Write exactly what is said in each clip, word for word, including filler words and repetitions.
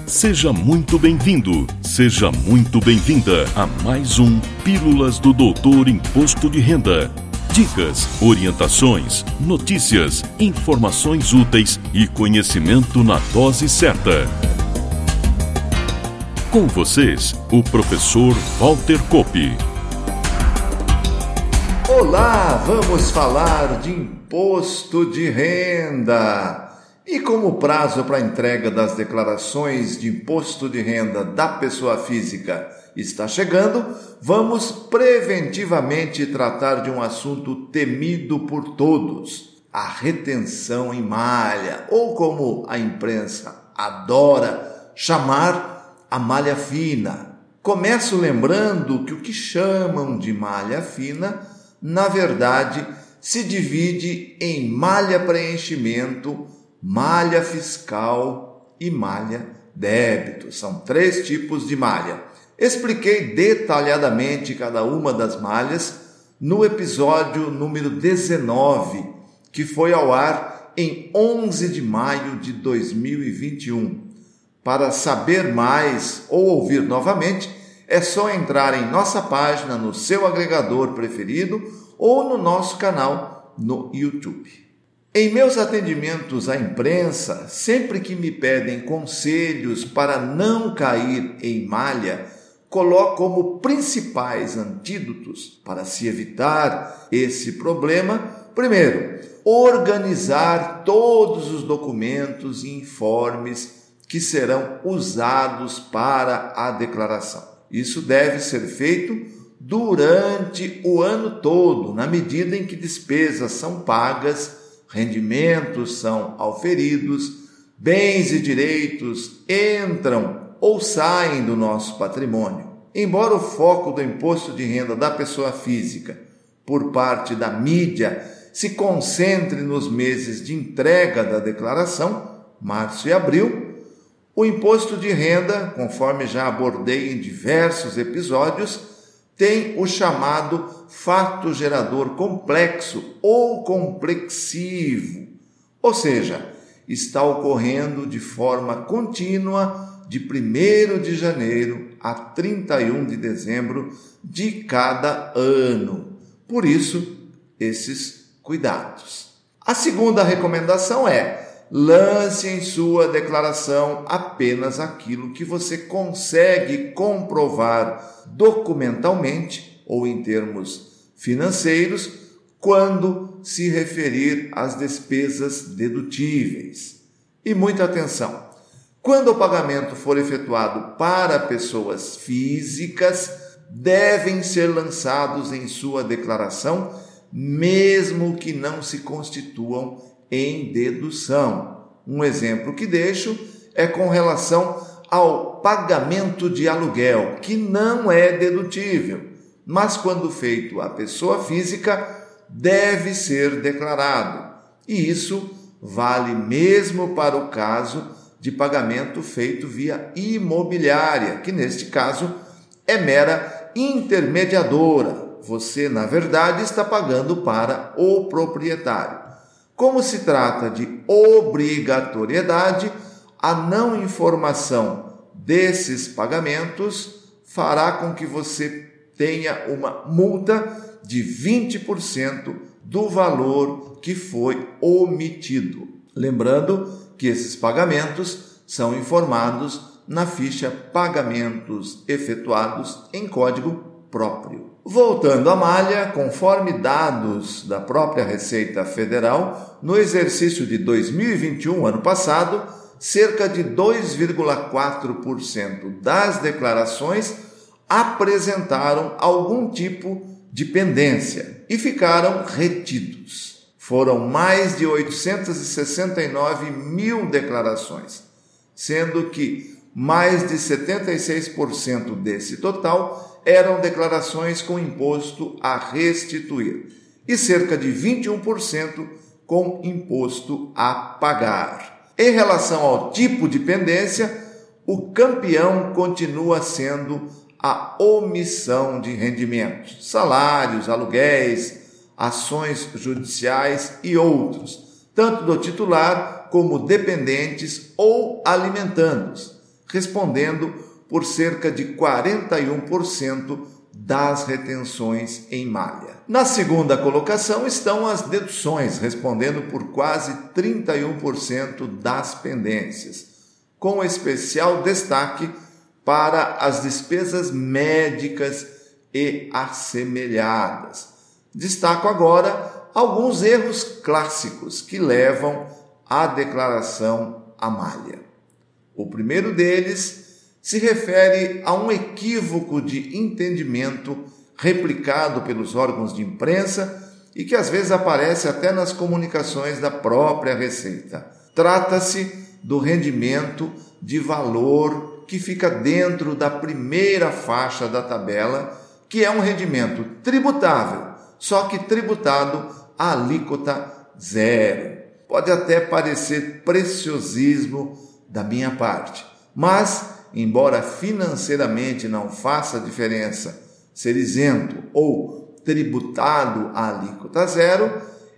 Seja muito bem-vindo, seja muito bem-vinda a mais um Pílulas do Doutor Imposto de Renda. Dicas, orientações, notícias, informações úteis e conhecimento na dose certa. Com vocês, o professor Walter Coppi. Olá, vamos falar de imposto de renda. E como o prazo para a entrega das declarações de imposto de renda da pessoa física está chegando, vamos preventivamente tratar de um assunto temido por todos, a retenção em malha, ou como a imprensa adora chamar, a malha fina. Começo lembrando que o que chamam de malha fina, na verdade, se divide em malha preenchimento, malha fiscal e malha débito. São três tipos de malha. Expliquei detalhadamente cada uma das malhas no episódio número dezenove, que foi ao ar em onze de maio de dois mil e vinte e um. Para saber mais ou ouvir novamente, é só entrar em nossa página no seu agregador preferido ou no nosso canal no YouTube. Em meus atendimentos à imprensa, sempre que me pedem conselhos para não cair em malha, coloco como principais antídotos para se evitar esse problema, primeiro, organizar todos os documentos e informes que serão usados para a declaração. Isso deve ser feito durante o ano todo, na medida em que despesas são pagas, rendimentos são auferidos, bens e direitos entram ou saem do nosso patrimônio. Embora o foco do imposto de renda da pessoa física, por parte da mídia, se concentre nos meses de entrega da declaração, março e abril, o imposto de renda, conforme já abordei em diversos episódios, tem o chamado fato gerador complexo ou complexivo, ou seja, está ocorrendo de forma contínua de primeiro de janeiro a trinta e um de dezembro de cada ano. Por isso, esses cuidados. A segunda recomendação é: lance em sua declaração apenas aquilo que você consegue comprovar documentalmente ou em termos financeiros quando se referir às despesas dedutíveis. E muita atenção! Quando o pagamento for efetuado para pessoas físicas, devem ser lançados em sua declaração, mesmo que não se constituam em dedução. Um exemplo que deixo é com relação ao pagamento de aluguel, que não é dedutível, mas quando feito à pessoa física, deve ser declarado. E isso vale mesmo para o caso de pagamento feito via imobiliária, que neste caso é mera intermediadora. Você, na verdade, está pagando para o proprietário. Como se trata de obrigatoriedade, a não informação desses pagamentos fará com que você tenha uma multa de vinte por cento do valor que foi omitido. Lembrando que esses pagamentos são informados na ficha Pagamentos Efetuados em código próprio. Voltando à malha, conforme dados da própria Receita Federal, no exercício de dois mil e vinte e um, ano passado, cerca de dois vírgula quatro por cento das declarações apresentaram algum tipo de pendência e ficaram retidos. Foram mais de oitocentos e sessenta e nove mil declarações, sendo que mais de setenta e seis por cento desse total eram declarações com imposto a restituir e cerca de vinte e um por cento com imposto a pagar. Em relação ao tipo de pendência, o campeão continua sendo a omissão de rendimentos, salários, aluguéis, ações judiciais e outros, tanto do titular como dependentes ou alimentandos, respondendo por cerca de quarenta e um por cento das retenções em malha. Na segunda colocação estão as deduções, respondendo por quase trinta e um por cento das pendências, com especial destaque para as despesas médicas e assemelhadas. Destaco agora alguns erros clássicos que levam à declaração à malha. O primeiro deles se refere a um equívoco de entendimento replicado pelos órgãos de imprensa e que às vezes aparece até nas comunicações da própria Receita. Trata-se do rendimento de valor que fica dentro da primeira faixa da tabela, que é um rendimento tributável, só que tributado a alíquota zero. Pode até parecer preciosismo da minha parte, mas, embora financeiramente não faça diferença ser isento ou tributado a alíquota zero,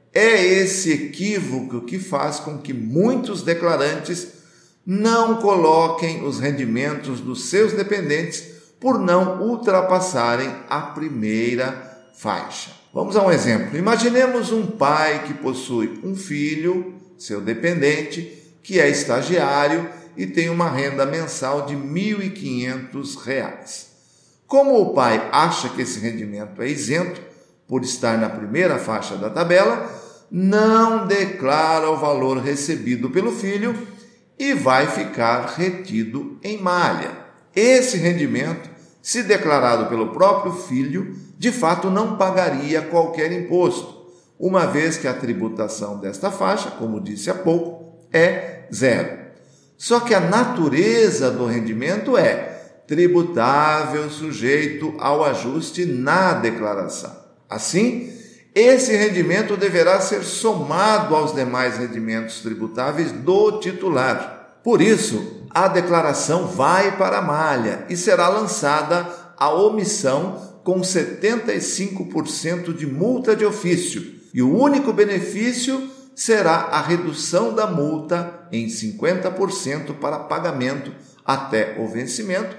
é esse equívoco que faz com que muitos declarantes não coloquem os rendimentos dos seus dependentes por não ultrapassarem a primeira faixa. Vamos a um exemplo. Imaginemos um pai que possui um filho, seu dependente, que é estagiário e tem uma renda mensal de mil e quinhentos reais. Como o pai acha que esse rendimento é isento, por estar na primeira faixa da tabela, não declara o valor recebido pelo filho e vai ficar retido em malha. Esse rendimento, se declarado pelo próprio filho, de fato não pagaria qualquer imposto, uma vez que a tributação desta faixa, como disse há pouco, é zero. Só que a natureza do rendimento é tributável, sujeito ao ajuste na declaração. Assim, esse rendimento deverá ser somado aos demais rendimentos tributáveis do titular. Por isso, a declaração vai para a malha e será lançada a omissão com setenta e cinco por cento de multa de ofício, e o único benefício será a redução da multa em cinquenta por cento para pagamento até o vencimento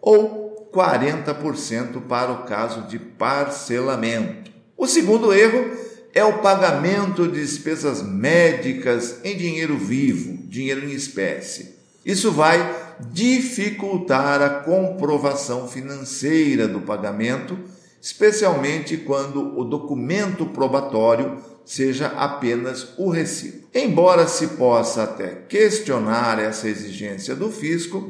ou quarenta por cento para o caso de parcelamento. O segundo erro é o pagamento de despesas médicas em dinheiro vivo, dinheiro em espécie. Isso vai dificultar a comprovação financeira do pagamento, especialmente quando o documento probatório seja apenas o recibo. Embora se possa até questionar essa exigência do fisco,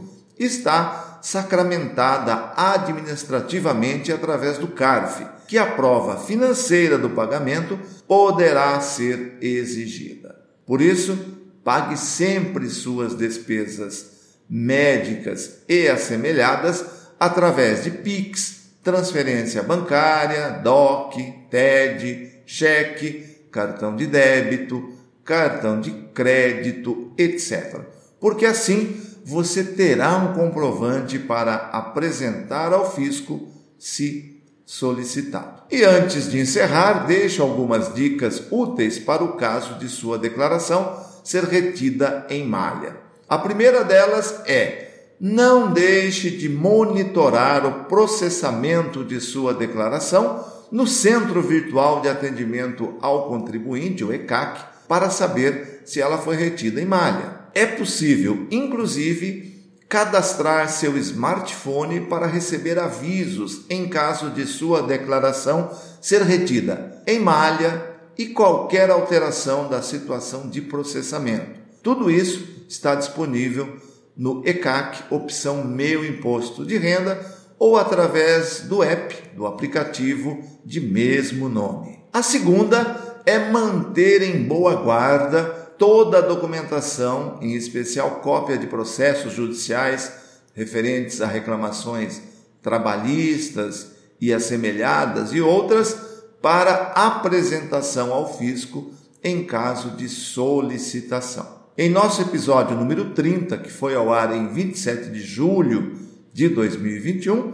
está sacramentada administrativamente através do CARF, que a prova financeira do pagamento poderá ser exigida. Por isso, pague sempre suas despesas médicas e assemelhadas através de Pix, transferência bancária, D O C, T E D, cheque, cartão de débito, cartão de crédito, etcétera. Porque assim você terá um comprovante para apresentar ao fisco se solicitado. E antes de encerrar, deixo algumas dicas úteis para o caso de sua declaração ser retida em malha. A primeira delas é: não deixe de monitorar o processamento de sua declaração no Centro Virtual de Atendimento ao Contribuinte, o E C A C, para saber se ela foi retida em malha. É possível, inclusive, cadastrar seu smartphone para receber avisos em caso de sua declaração ser retida em malha e qualquer alteração da situação de processamento. Tudo isso está disponível no E C A C, opção Meu Imposto de Renda, ou através do app, do aplicativo de mesmo nome. A segunda é manter em boa guarda toda a documentação, em especial cópia de processos judiciais referentes a reclamações trabalhistas e assemelhadas e outras, para apresentação ao fisco em caso de solicitação. Em nosso episódio número trinta, que foi ao ar em vinte e sete de julho de dois mil e vinte e um,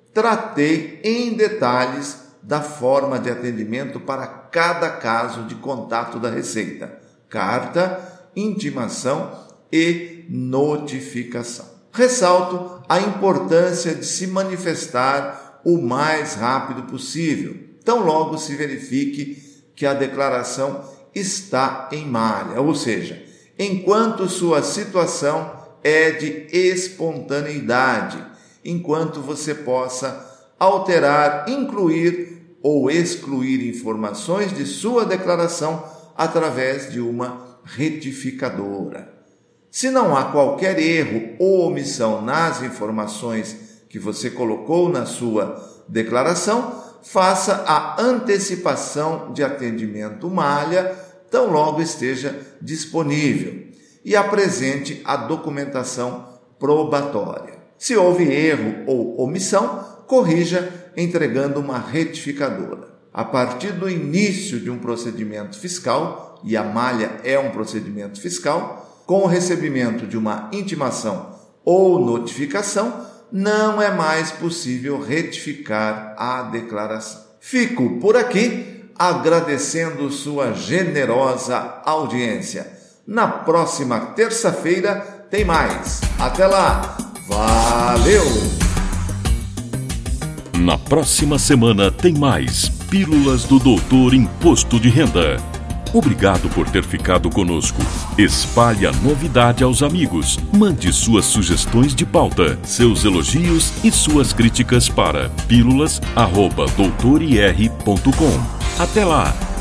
tratei em detalhes da forma de atendimento para cada caso de contato da Receita: carta, intimação e notificação. ressalto a importância de se manifestar o mais rápido possível, tão logo se verifique que a declaração está em malha, ou seja, enquanto sua situação é de espontaneidade, enquanto você possa alterar, incluir ou excluir informações de sua declaração através de uma retificadora. Se não há qualquer erro ou omissão nas informações que você colocou na sua declaração, faça a antecipação de atendimento malha, tão logo esteja disponível, e apresente a documentação probatória. Se houve erro ou omissão, corrija entregando uma retificadora. A partir do início de um procedimento fiscal, e a malha é um procedimento fiscal, com o recebimento de uma intimação ou notificação, não é mais possível retificar a declaração. Fico por aqui, agradecendo sua generosa audiência. Na próxima terça-feira tem mais. Até lá! Valeu! Na próxima semana tem mais Pílulas do Doutor Imposto de Renda. Obrigado por ter ficado conosco. Espalhe a novidade aos amigos. Mande suas sugestões de pauta, seus elogios e suas críticas para pílulas arroba doutor i r ponto com. Até lá!